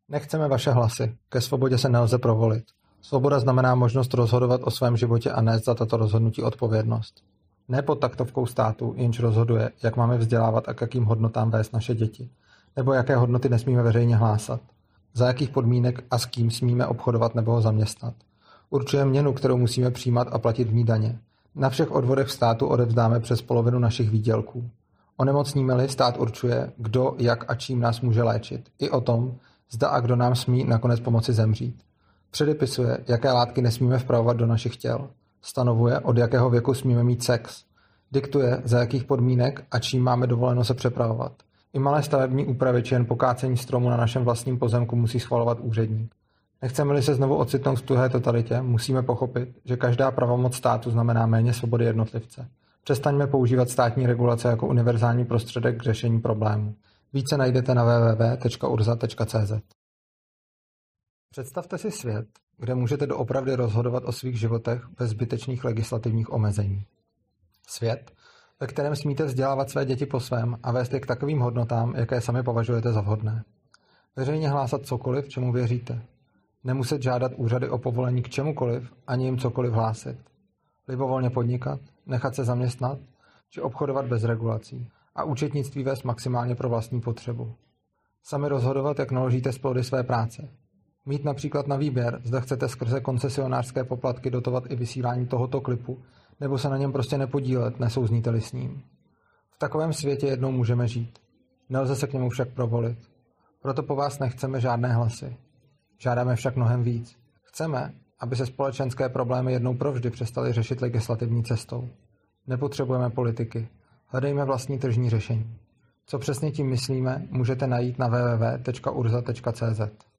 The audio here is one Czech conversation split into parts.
Nechceme vaše hlasy. Ke svobodě se nelze provolit. Svoboda znamená možnost rozhodovat o svém životě a nést za tato rozhodnutí odpovědnost. Ne pod taktovkou státu, jenž rozhoduje, jak máme vzdělávat a k jakým hodnotám vést naše děti, nebo jaké hodnoty nesmíme veřejně hlásat, za jakých podmínek a s kým smíme obchodovat nebo ho zaměstnat. Určuje měnu, kterou musíme přijímat a platit v ní daně. Na všech odvodech státu odevzdáme přes polovinu našich výdělků. Onemocníme-li, stát určuje, kdo, jak a čím nás může léčit. I o tom, zda a kdo nám smí nakonec pomoci zemřít. Předepisuje, jaké látky nesmíme vpravovat do našich těl. Stanovuje, od jakého věku smíme mít sex. Diktuje, za jakých podmínek a čím máme dovoleno se přepravovat. I malé stavební úpravy či jen pokácení stromu na našem vlastním pozemku musí schvalovat úředník. Nechceme-li se znovu ocitnout v tuhé totalitě, musíme pochopit, že každá pravomoc státu znamená méně svobody jednotlivce. Přestaňme používat státní regulace jako univerzální prostředek k řešení problémů. Více najdete na www.urza.cz. Představte si svět, kde můžete doopravdy rozhodovat o svých životech bez zbytečných legislativních omezení. Svět, ve kterém smíte vzdělávat své děti po svém a vést je k takovým hodnotám, jaké sami považujete za vhodné. Veřejně hlásat cokoliv, čemu věříte. Nemuset žádat úřady o povolení k čemukoliv, ani jim cokoliv hlásit. Libovolně podnikat, nechat se zaměstnat, či obchodovat bez regulací a účetnictví vést maximálně pro vlastní potřebu. Sami rozhodovat, jak naložíte s plody své práce. Mít například na výběr, zda chcete skrze koncesionářské poplatky dotovat i vysílání tohoto klipu, nebo se na něm prostě nepodílet, nesouzníte-li s ním. V takovém světě jednou můžeme žít. Nelze se k němu však provolit. Proto po vás nechceme žádné hlasy. Žádáme však mnohem víc. Chceme, aby se společenské problémy jednou provždy přestaly řešit legislativní cestou. Nepotřebujeme politiky. Hledejme vlastní tržní řešení. Co přesně tím myslíme, můžete najít na www.urza.cz.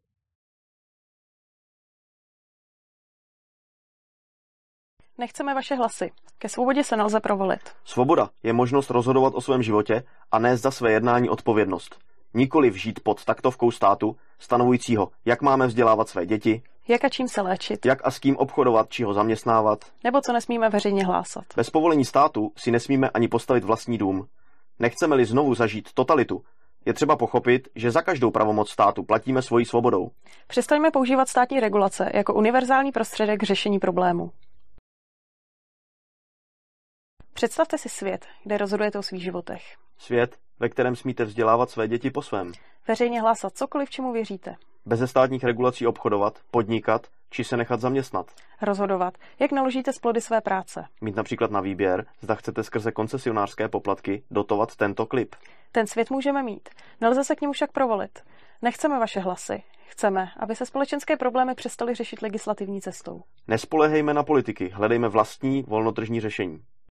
Nechceme vaše hlasy. Ke svobodě se nelze provolit. Svoboda je možnost rozhodovat o svém životě a nést za své jednání odpovědnost. Nikoliv žít pod taktovkou státu, stanovujícího, jak máme vzdělávat své děti, jak a čím se léčit, jak a s kým obchodovat či ho zaměstnávat, nebo co nesmíme veřejně hlásat. Bez povolení státu si nesmíme ani postavit vlastní dům. Nechceme-li znovu zažít totalitu, je třeba pochopit, že za každou pravomoc státu platíme svojí svobodou. Přestaňme používat státní regulace jako univerzální prostředek k řešení problému. Představte si svět, kde rozhodujete o svých životech. Svět, ve kterém smíte vzdělávat své děti po svém. Veřejně hlásat cokoliv, čemu věříte. Beze státních regulací obchodovat, podnikat či se nechat zaměstnat. Rozhodovat, jak naložíte s plody své práce. Mít například na výběr, zda chcete skrze koncesionářské poplatky dotovat tento klip. Ten svět můžeme mít. Nelze se k němu však provolit. Nechceme vaše hlasy. Chceme, aby se společenské problémy přestaly řešit legislativní cestou. Nespoléhejme na politiky, hledejme vlastní volnotržní řešení.